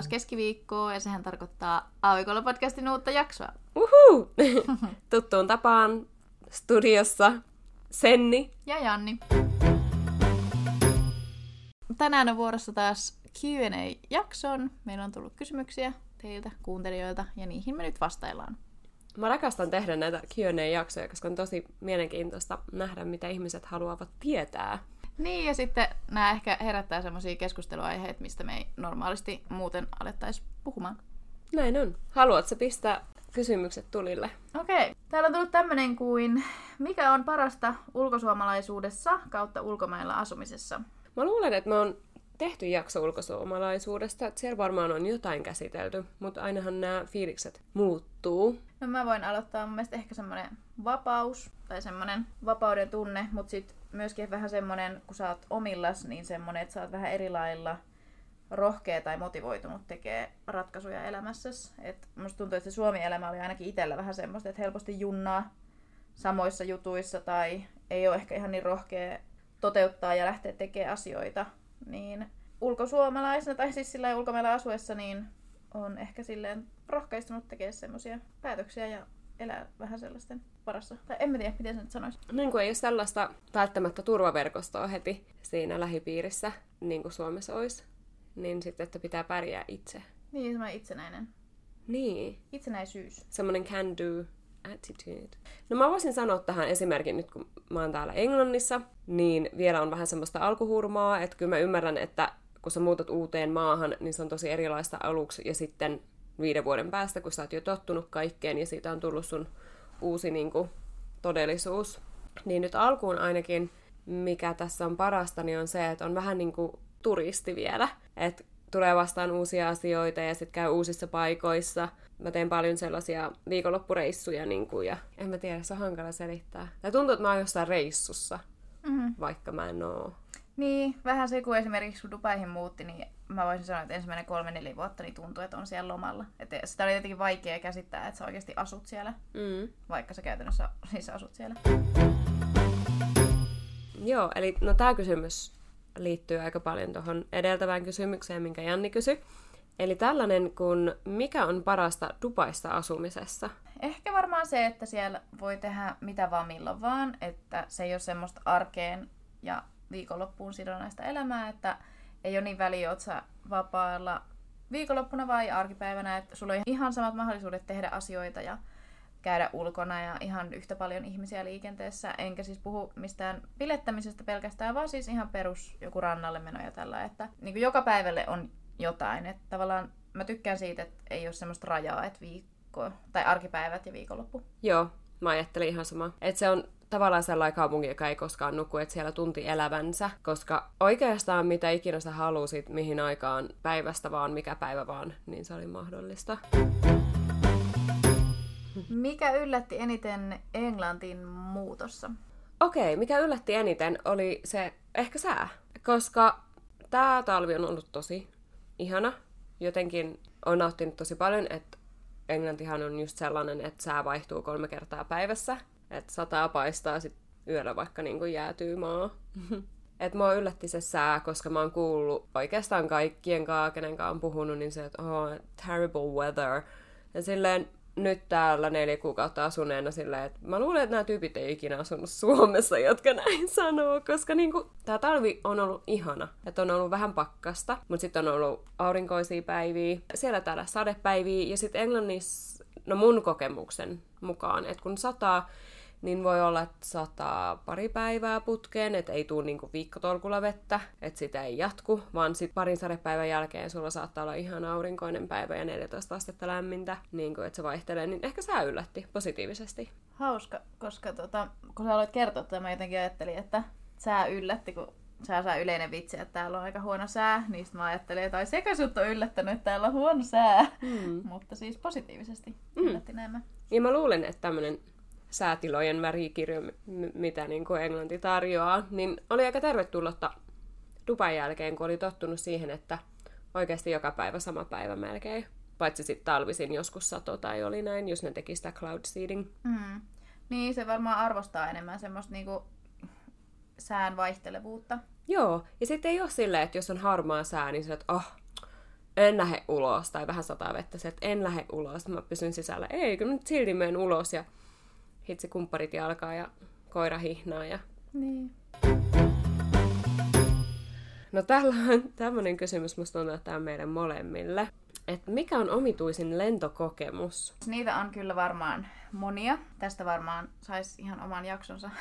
keskiviikkoa ja sehän tarkoittaa Aavikolla-podcastin uutta jaksoa. Uhuu! Tuttuun tapaan studiossa Senni Ja Janni. Tänään on vuorossa taas Q&A-jakson. Meillä on tullut kysymyksiä teiltä, kuuntelijoilta, ja niihin me nyt vastaillaan. Mä rakastan tehdä näitä Q&A-jaksoja, koska on tosi mielenkiintoista nähdä, mitä ihmiset haluavat tietää. Niin, ja sitten nämä ehkä herättää semmoisia keskusteluaiheita, mistä me ei normaalisti muuten alettaisi puhumaan. Näin on. Haluatko pistää kysymykset tulille? Okei. Täällä on tullut tämmönen kuin, mikä on parasta ulkosuomalaisuudessa kautta ulkomailla asumisessa? Mä luulen, että me on tehty jakso ulkosuomalaisuudesta, että siellä varmaan on jotain käsitelty, mutta ainahan nämä fiilikset muuttuu. No mä voin aloittaa mun mielestä ehkä semmonen vapaus tai semmonen vapauden tunne, mutta sit myöskin vähän semmonen, kun sä oot omillas, niin semmonen, että sä oot vähän eri lailla rohkea tai motivoitunut tekee ratkaisuja elämässäsi. Et musta tuntuu, että se Suomi-elämä oli ainakin itsellä vähän semmoista, että helposti junnaa samoissa jutuissa tai ei ole ehkä ihan niin rohkea toteuttaa ja lähteä tekemään asioita. Niin ulkosuomalaisena tai siis sillä ulkomailla asuessa niin on ehkä silleen rohkaistunut tekemään semmoisia päätöksiä ja elää vähän sellaisten varassa. Tai en mä tiedä, miten sen nyt sanoisi. Niin kuin ei ole sellaista välttämättä turvaverkostoa heti siinä lähipiirissä, niin kuin Suomessa olisi, niin sitten, että pitää pärjää itse. Niin, semmoinen itsenäinen. Niin. Itsenäisyys. Semmoinen can do attitude. No mä voisin sanoa tähän esimerkin nyt, kun mä oon täällä Englannissa, niin vielä on vähän semmoista alkuhurmaa, että kyllä mä ymmärrän, että kun sä muutat uuteen maahan, niin se on tosi erilaista aluksi, ja sitten 5 vuoden päästä, kun sä oot jo tottunut kaikkeen, ja siitä on tullut sun uusi niin kuin, todellisuus. Niin nyt alkuun ainakin, mikä tässä on parasta, niin on se, että on vähän niin kuin turisti vielä. Että tulee vastaan uusia asioita ja sitten käy uusissa paikoissa. Mä teen paljon sellaisia viikonloppureissuja, niin kuin, ja en mä tiedä, se on hankala selittää. Tai tuntuu, että mä oon jossain reissussa, vaikka mä en oo. Niin, vähän se, kun esimerkiksi kun Dubaihin muutti, niin mä voisin sanoa, että ensimmäinen 3-4 vuotta niin tuntuu, että on siellä lomalla. Että sitä oli jotenkin vaikea käsittää, että sä oikeasti asut siellä, vaikka sä käytännössä siis asut siellä. Joo, eli no tää kysymys liittyy aika paljon tuohon edeltävään kysymykseen, minkä Janni kysyi. Eli tällainen, kun mikä on parasta Dubaissa asumisessa? Ehkä varmaan se, että siellä voi tehdä mitä vaan milloin vaan, että se ei ole semmoista arkeen ja viikonloppuun sidonnaista elämää, että ei ole niin väliä, oot sä vapaalla viikonloppuna vai arkipäivänä, että sulla on ihan samat mahdollisuudet tehdä asioita ja käydä ulkona ja ihan yhtä paljon ihmisiä liikenteessä, enkä siis puhu mistään bilettämisestä pelkästään, vaan siis ihan perus joku rannalle meno ja tällä, että niin kuin joka päivälle on jotain, että tavallaan mä tykkään siitä, että ei ole semmoista rajaa, että viikko tai arkipäivät ja viikonloppu. Joo, mä ajattelin ihan sama. Että se on tavallaan sellainen kaupunki, joka ei koskaan nuku, että siellä tunti elävänsä, koska oikeastaan mitä ikinä sä halusit, mihin aikaan päivästä vaan, mikä päivä vaan, niin se oli mahdollista. Mikä yllätti eniten Englantiin muutossa? Okei, mikä yllätti eniten oli se ehkä sää, koska tää talvi on ollut tosi ihana. Jotenkin on nauttinut tosi paljon, että Englantihan on just sellainen, että sää vaihtuu 3 kertaa päivässä. Että sataa paistaa, sit yöllä vaikka niin kuin jäätyy maa. Että mua yllätti se sää, koska mä oon kuullut oikeastaan kaikkien kanssa, kenen kanssa on puhunut, niin se, että terrible weather. Ja silleen nyt täällä 4 kuukautta asuneena silleen, että mä luulen, että nämä tyypit ei ikinä asunut Suomessa, jotka näin sanoo, koska niinku, tää talvi on ollut ihana. Että on ollut vähän pakkasta, mutta sitten on ollut aurinkoisia päiviä, siellä täällä sadepäiviä, ja sitten Englannissa, no mun kokemuksen mukaan, että kun sataa, niin voi olla, että sataa pari päivää putkeen, että ei tule niinku viikkotolkulla vettä, että sitä ei jatku, vaan sitten parin sadepäivän jälkeen sulla saattaa olla ihan aurinkoinen päivä ja 14 astetta lämmintä, niin että se vaihtelee, niin ehkä sää yllätti positiivisesti. Hauska, koska kun sä aloit kertoa, että mä jotenkin ajattelin, että sää yllätti, kun sää saa yleinen vitsi, että täällä on aika huono sää, niin mä ajattelin, että sekä sut on yllättänyt, että täällä on huono sää, mutta siis positiivisesti yllätti nämä. Ja mä luulen, että tämmönen säätilojen värikirjo, mitä niin kuin Englanti tarjoaa, niin oli aika tervetullutta Dubain jälkeen, kun oli tottunut siihen, että oikeasti joka päivä sama päivä melkein. Paitsi sitten talvisin joskus sato tai oli näin, jos ne teki sitä cloud seeding. Niin, se varmaan arvostaa enemmän semmoista niinku sään vaihtelevuutta. Joo, ja sitten ei ole silleen, että jos on harmaa sää, niin sä että en lähde ulos, tai vähän sataa vettä, se, että en lähde ulos, mä pysyn sisällä. Ei, kyllä nyt silti menen ulos, ja hitsi kumpparit jalkaa, ja koira hihnaa, ja... Niin. No tämmönen kysymys musta tuntuu, että tämä on meidän molemmille. Että mikä on omituisin lentokokemus? Niitä on kyllä varmaan monia. Tästä varmaan saisi ihan oman jaksonsa.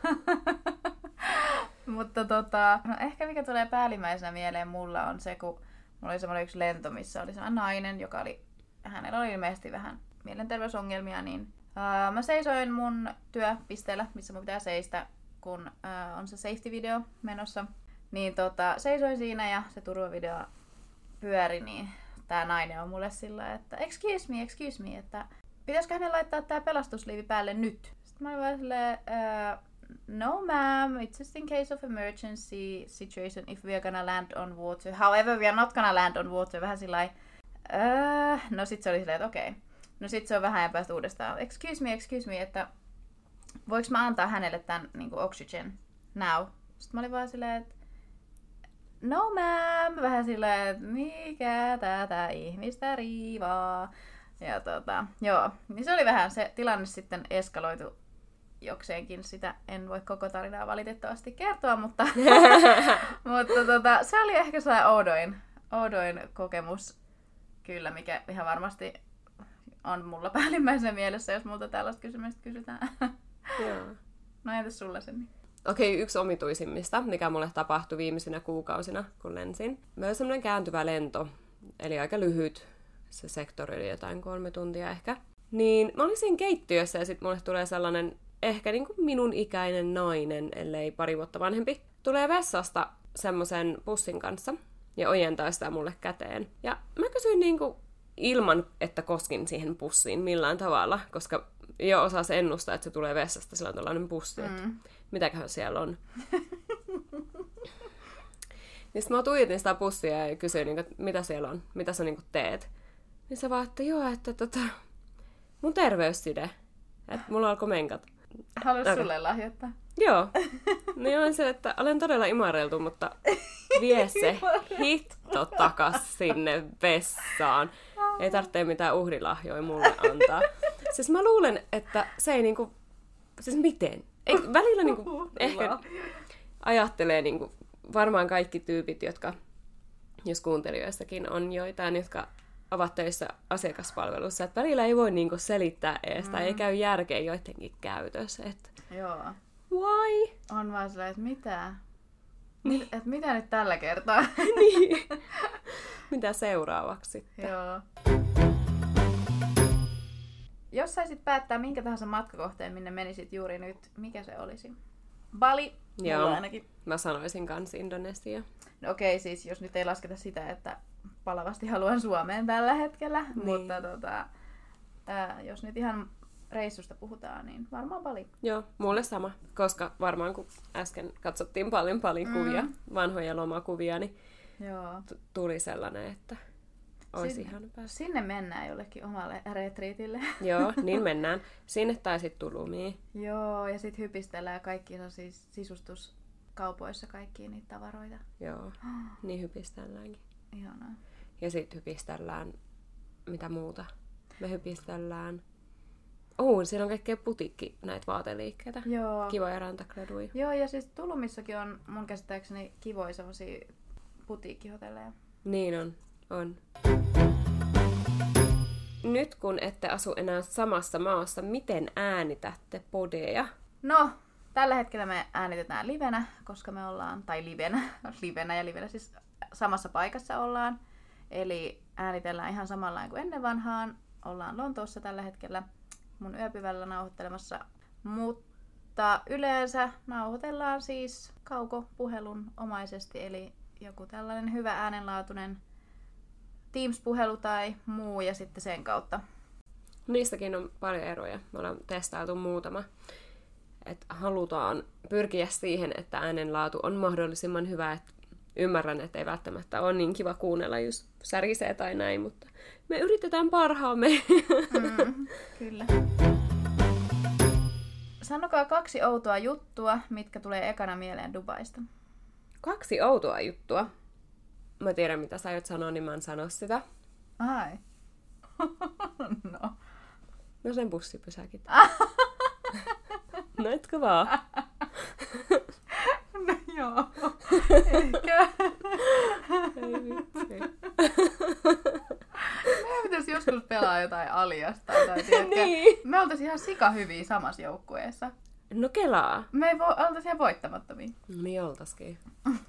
Mutta no ehkä mikä tulee päällimmäisenä mieleen mulla on se, kun mulla oli semmoinen yksi lento, missä oli semmoinen nainen, hänellä oli ilmeisesti vähän mielenterveysongelmia, niin mä seisoin mun työpisteellä, missä mun pitää seistä, kun on se safety-video menossa. Niin seisoin siinä ja se turvavideo pyöri, niin tää nainen on mulle sillä, että excuse me, että pitäisikö hänen laittaa tää pelastusliivi päälle nyt? Sitten mä olin vaan silleen, no ma'am, it's just in case of emergency situation if we are gonna land on water. However, we are not gonna land on water. Vähän sillai, no sit se oli silleen, että okei. No sit se on vähän päästä uudestaan. Excuse me, että voiko mä antaa hänelle tän niinku oxygen now? Sitten mä olin vaan silleen, että no ma'am, vähän silleen, että mikä tätä ihmistä riivaa. Ja joo, niin se oli vähän se tilanne sitten eskaloitu jokseenkin. Sitä en voi koko tarinaa valitettavasti kertoa, mutta se oli ehkä sellainen oudoin kokemus kyllä, mikä ihan varmasti on mulla päällimmäisenä mielessä, jos multa tällaista kysymystä kysytään. Joo. No entäs sulla sen? Okei, yksi omituisimmista, mikä mulle tapahtui viimeisinä kuukausina, kun lensin. Myös semmoinen kääntyvä lento, eli aika lyhyt. Se sektori oli jotain 3 tuntia ehkä. Niin mä olin siinä keittiössä ja sitten mulle tulee sellainen ehkä niin kuin minun ikäinen nainen, ellei pari vuotta vanhempi. Tulee vessasta semmoisen pussin kanssa ja ojentaa sitä mulle käteen. Ja mä kysyin niin kuin ilman, että koskin siihen pussiin millään tavalla, koska jo osasi ennustaa, että se tulee vessasta, sillä on tällainen pussi, että mitäköhän siellä on. Niin sitten mä tuijotin sitä pussia ja kysyin, että mitä siellä on, mitä sä niin kuin teet. Niin se vaan, että joo, että mun terveysside, että mulla alkoi menkat. Haluais sulle lahjoittaa? Joo. Niin on se, että olen todella imareltu, mutta vie se hitto takas sinne vessaan. Ei tarvitse mitään uhrilahjoja mulle antaa. Siis mä luulen, että se ei niinku... Siis miten? Ei, välillä niinku ehkä ajattelee niinku... Varmaan kaikki tyypit, jotka... Jos kuuntelijoissakin on joitain, jotka ovat töissä asiakaspalvelussa, että välillä ei voi niinku selittää ees, tai ei käy järkeä joidenkin käytös. Että... Joo. Why? On vaan sellainen, että mitä? Että mitä nyt tällä kertaa? Niin. Mitä seuraavaksi sitten? Joo. Jos saisit päättää minkä tahansa matkakohteen, minne menisit juuri nyt, mikä se olisi? Bali, joo, ainakin. Mä sanoisin kans Indonesia. No okei, siis jos nyt ei lasketa sitä, että palavasti haluan Suomeen tällä hetkellä, niin. Mutta jos nyt ihan reissusta puhutaan, niin varmaan Bali. Joo, mulle sama, koska varmaan kun äsken katsottiin paljon kuvia, vanhoja lomakuvia, niin joo. Tuli sellainen, että olisi ihan päästä. Sinne mennään jollekin omalle retriitille. Joo, niin mennään. Sinne tai sitten Tulumiin. Joo, ja sitten hypistellään kaikki siis sisustuskaupoissa kaikkia niitä tavaroita. Joo, niin hypistelläänkin. Ihanaa. Ja sitten hypistellään, mitä muuta? Me hypistellään... siellä on kaikkea putiikki näitä vaateliikkeitä. Joo. Kivoja rantakladuja. Joo, ja siis Tulumissakin on mun käsittääkseni kivoja sellaisia putiikkihotelleja. Niin on. Nyt kun ette asu enää samassa maassa, miten äänitätte podeja? No, tällä hetkellä me äänitetään livenä, koska me ollaan, tai livenä siis samassa paikassa ollaan. Eli äänitellään ihan samanlainen kuin ennen vanhaan. Ollaan Lontoossa tällä hetkellä mun yöpyvällä nauhoittelemassa. Mutta yleensä nauhoitellaan siis kaukopuhelun omaisesti, eli joku tällainen hyvä äänenlaatuinen Teams-puhelu tai muu ja sitten sen kautta. Niistäkin on paljon eroja. Me ollaan testailtu muutama. Et halutaan pyrkiä siihen, että äänenlaatu on mahdollisimman hyvä. Et ymmärrän, että ei välttämättä ole niin kiva kuunnella, jos särisee tai näin, mutta me yritetään parhaamme. Kyllä. Sanokaa 2 outoa juttua, mitkä tulee ekana mieleen Dubaista. 2 outoa juttua. mä tiedän mitä sä aiot sanoa, niin mä en sano sitä. Ai. No. No sen bussipysäkit. No etkö vaan? No joo. Ehkä. Ei vitsi. Meidän pitäisi joskus pelaa jotain Aliasta. Tai Niin. Me oltaisiin ihan sikahyviä samassa joukkueessa. No kelaa. Me ei oltaisiin ihan voittamattomia. Niin oltaisikin.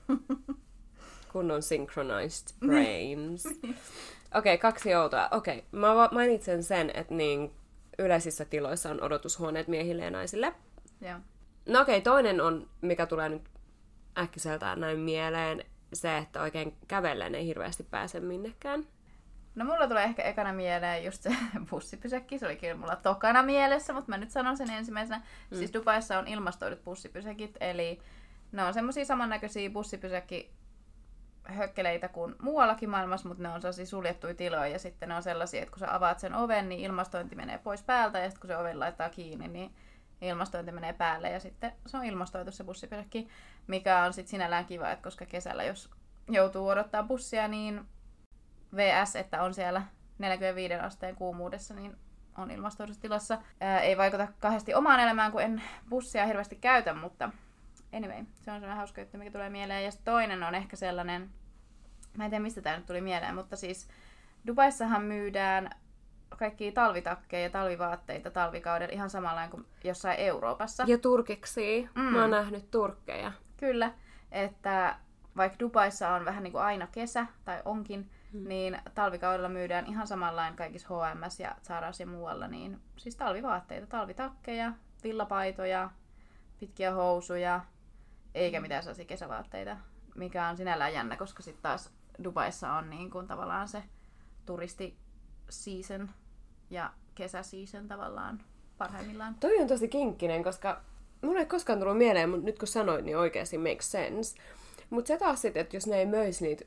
Kunnon synchronized brains. Okei, 2 outoa. Okei, mä mainitsen sen, että niin yleisissä tiloissa on odotushuoneet miehille ja naisille. Joo. No okei, toinen on, mikä tulee nyt äkkiseltään näin mieleen, se, että oikein kävellen ei hirveästi pääse minnekään. No mulla tulee ehkä ekana mieleen just se bussipysäkki. Se oli kyllä mulla tokana mielessä, mutta mä nyt sanon sen ensimmäisenä. Siis Dubaissa on ilmastoidut bussipysäkit, eli ne on semmosia samannäköisiä bussipysäkkihökkeleitä kuin muuallakin maailmassa, mutta ne on sellaisia suljettuja tiloja ja sitten ne on sellaisia, että kun sä avaat sen oven, niin ilmastointi menee pois päältä ja sitten kun se oven laittaa kiinni, niin ilmastointi menee päälle ja sitten se on ilmastoitu se bussipysäkki, mikä on sitten sinällään kiva, että koska kesällä jos joutuu odottaa bussia, niin VS, että on siellä 45 asteen kuumuudessa, niin on ilmastoidussa tilassa. Ei vaikuta kahdesti omaan elämään, kun en bussia hirveästi käytä, mutta anyway, se on sellainen hauska juttu, mikä tulee mieleen. Ja toinen on ehkä sellainen, mä en tiedä mistä tämä nyt tuli mieleen, mutta siis Dubaissahan myydään kaikkia talvitakkeja ja talvivaatteita talvikaudella ihan samalla kuin jossain Euroopassa. Ja turkiksi. Mä oon nähnyt turkkeja. Kyllä, että vaikka Dubaissa on vähän niin kuin aina kesä, tai onkin, niin talvikaudella myydään ihan samanlain kaikissa H&M:ssä ja Zarassa ja muualla, niin siis talvivaatteita, talvitakkeja, villapaitoja, pitkiä housuja, eikä mitään sellaisia kesävaatteita, mikä on sinällään jännä, koska sitten taas Dubaissa on niin kuin tavallaan se turisti-season ja kesäseason tavallaan parhaimmillaan. Toi on tosi kinkkinen, koska mulla ei koskaan tullut mieleen, mutta nyt kun sanoit, niin oikeasti makes sense. Mutta se taas sitten, että jos ne ei möisi niitä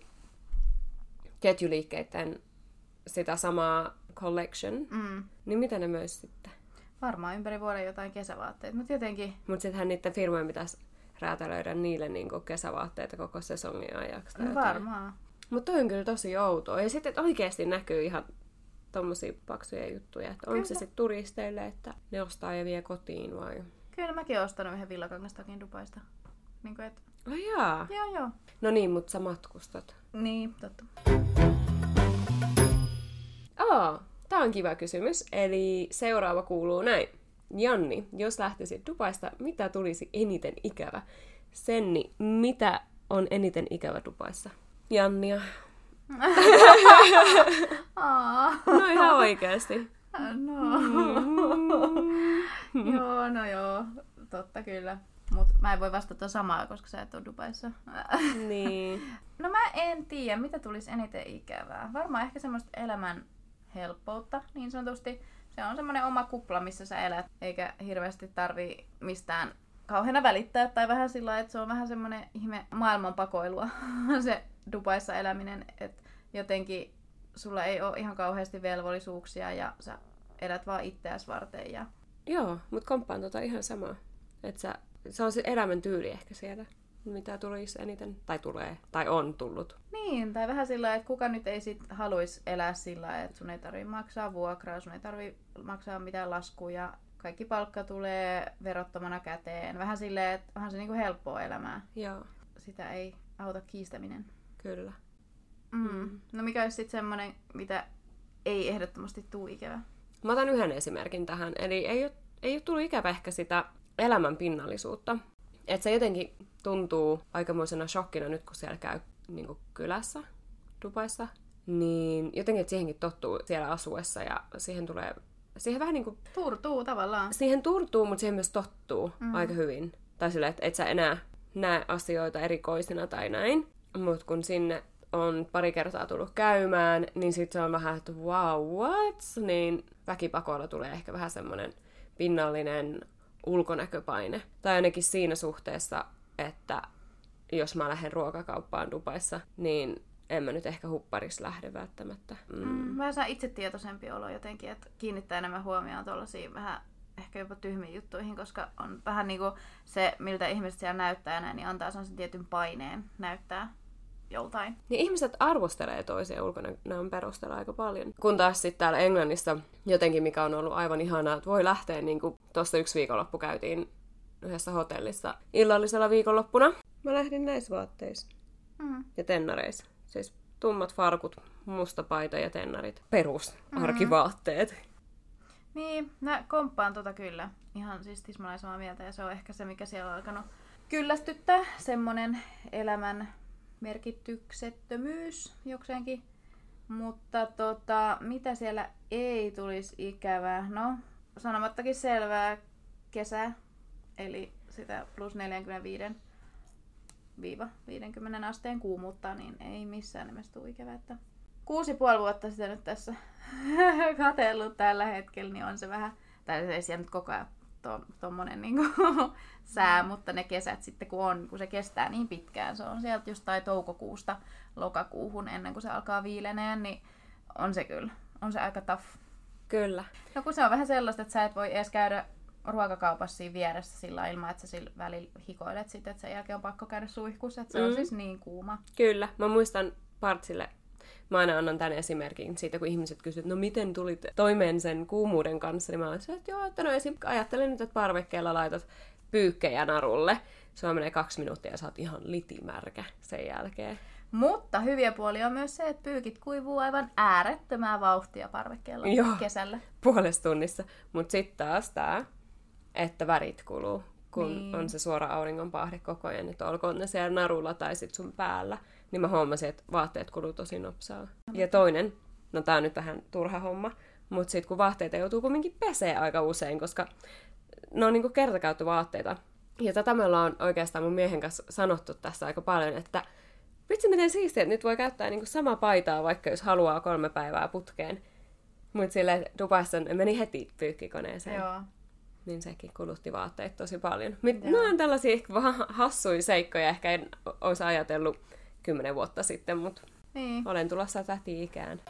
ketjuliikkeiden sitä samaa collection, niin mitä ne möisi sitten? Varmaan ympäri vuoden jotain kesävaatteita, mutta jotenkin... Mutta sittenhän niiden firmojen pitäisi räätälöidä niille niinku kesävaatteita koko sesongin ajaksi. No varmaan. Mutta toi on kyllä tosi outoa. Ja sitten oikeasti näkyy ihan tommosia paksuja juttuja, että onko se sitten turisteille, että ne ostaa ja vie kotiin vai? Kyllä mäkin oon ostanut yhden villakangastakin Dubaista. Niin kuin, et... Ai jaa. Joo. No niin, mutta sä matkustat. Niin, totta. Tää on kiva kysymys. Eli seuraava kuuluu näin. Janni, jos lähtisit Dubaista, mitä tulisi eniten ikävä? Senni, mitä on eniten ikävä Dubaissa? Jannia. No ihan oikeasti. Joo, totta kyllä. Mut mä en voi vastata samaa, koska sä et ole Dubaissa. Niin. No mä en tiedä, mitä tulisi eniten ikävää. Varmaan ehkä semmoista elämän helppoutta, niin sanotusti. Se on semmoinen oma kupla, missä sä elät, eikä hirveästi tarvii mistään kauheena välittää. Tai vähän sillä että se on vähän semmoinen ihme maailmanpakoilua, se Dubaissa eläminen. Että jotenkin sulla ei ole ihan kauheasti velvollisuuksia ja sä elät vaan itseäsi varten. Ja... Joo, mutta komppaan ihan samaa. Että se on se elämän tyyli ehkä siellä, mitä tulisi eniten, tai tulee, tai on tullut. Niin, tai vähän sillä että kuka nyt ei sit haluaisi elää sillä että sun ei tarvitse maksaa vuokraa, sun ei tarvitse maksaa mitään laskuja, kaikki palkka tulee verottomana käteen. Vähän silleen, että onhan se niinku helppoa elämää. Joo. Sitä ei auta kiistäminen. Kyllä. No mikä olisi sitten semmoinen, mitä ei ehdottomasti tuu ikävä? Mä otan yhden esimerkin tähän. Eli ei ole tullut ikävä ehkä sitä elämän pinnallisuutta. Että se jotenkin tuntuu aikamoisena shokkina nyt, kun siellä käy niin kuin kylässä Dubaissa. Niin jotenkin, että siihenkin tottuu siellä asuessa ja siihen vähän niin kuin... Turtuu tavallaan. Siihen turtuu, mutta siihen myös tottuu aika hyvin. Tai silleen, että et sä enää näe asioita erikoisina tai näin. Mutta kun sinne on pari kertaa tullut käymään, niin sitten se on vähän, että wow, what? Niin väkipakoilla tulee ehkä vähän semmoinen pinnallinen ulkonäköpaine. Tai ainakin siinä suhteessa, että jos mä lähden ruokakauppaan Dubaissa, niin en mä nyt ehkä hupparis lähde välttämättä. Mä saan itsetietoisempi olo jotenkin, että kiinnittää enemmän huomioon tuollaisiin vähän ehkä jopa tyhmiin juttuihin, koska on vähän niinku se, miltä ihmiset siellä näyttää näin, niin antaa sen tietyn paineen näyttää joltain. Niin ihmiset arvostelee toisia ulkonäön perusteella aika paljon. Kun taas sitten täällä Englannissa jotenkin, mikä on ollut aivan ihanaa, että voi lähteä, niin kuin tuossa yksi viikonloppu käytiin yhdessä hotellissa illallisella viikonloppuna. Mä lähdin näissä vaatteissa. Ja tennareissa. Siis tummat farkut, musta paita ja tennarit. Perusarkivaatteet. Niin, mä komppaan kyllä. Ihan siis tismalleen samaa mieltä, ja se on ehkä se, mikä siellä on alkanut kyllästyttää. Semmonen elämän merkityksettömyys jokseenkin. Mutta mitä siellä ei tulisi ikävää? No, sanomattakin selvää kesä, eli sitä plus 45-50 asteen kuumuutta, niin ei missään nimessä tule ikävää. 6,5 vuotta sitä nyt tässä katsellut tällä hetkellä, niin on se vähän, tai se ei siellä nyt koko ajan tommonen niinku sää, mutta ne kesät sitten kun se kestää niin pitkään, se on sieltä jostain toukokuusta lokakuuhun ennen kuin se alkaa viilenee, niin on se aika tough. Kyllä. No kun se on vähän sellaista, että sä et voi edes käydä ruokakaupassa siinä vieressä sillä ilman, että sä sillä välillä hikoilet sitten, että sen jälkeen on pakko käydä suihkussa, että se on siis niin kuuma. Kyllä. Mä muistan Partsille, mä aina annan tämän esimerkin siitä, kun ihmiset kysyvät, no miten tulit toimeen sen kuumuuden kanssa, niin mä olen että joo, että no ajattelen nyt, että parvekkeella laitat pyykkejä narulle. Se menee 2 minuuttia ja sä oot ihan litimärkä sen jälkeen. Mutta hyviä puolia on myös se, että pyykit kuivuu aivan äärettömää vauhtia parvekkeella kesällä. Puolessa tunnissa. Mutta sitten taas tää, että värit kuluu, kun on se suora auringonpahde koko ajan, että olkoon ne siellä narulla tai sit sun päällä. Niin mä huomasin, että vaatteet kuluu tosi nopsaa. Ja toinen, no tää on nyt vähän turha homma, mutta sit kun vaatteita joutuu kumminkin pesee aika usein, koska ne on niinku kertakäyttövaatteita. Ja tätä me ollaan oikeastaan mun miehen kanssa sanottu tässä aika paljon, että vitsi miten siistiä, että nyt voi käyttää niinku samaa paitaa, vaikka jos haluaa 3 päivää putkeen. Mutta silleen Dubaissa meni heti pyykkikoneeseen. Joo. Niin sekin kulutti vaatteet tosi paljon. Nämä on tällaisia ehkä vähän hassuja seikkoja, ehkä en olisi ajatellut 10 vuotta sitten, mutta olen tulossa täti-ikään.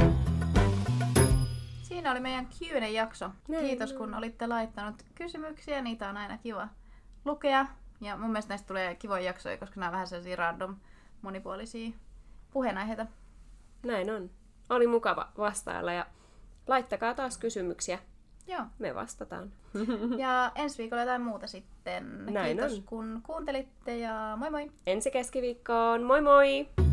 Siinä oli meidän Q&A-jakso. Kiitos kun olitte laittanut kysymyksiä, niitä on aina kiva lukea. Ja mun mielestä näistä tulee kivoja jaksoja, koska nämä on vähän sellaisia random, monipuolisia puheenaiheita. Näin on. Oli mukava vastailla ja laittakaa taas kysymyksiä. Joo. Me vastataan. Ja ensi viikolla jotain muuta sitten. Näin Kiitos on. kun kuuntelitte ja moi moi! Ensi keskiviikkoon. Moi moi!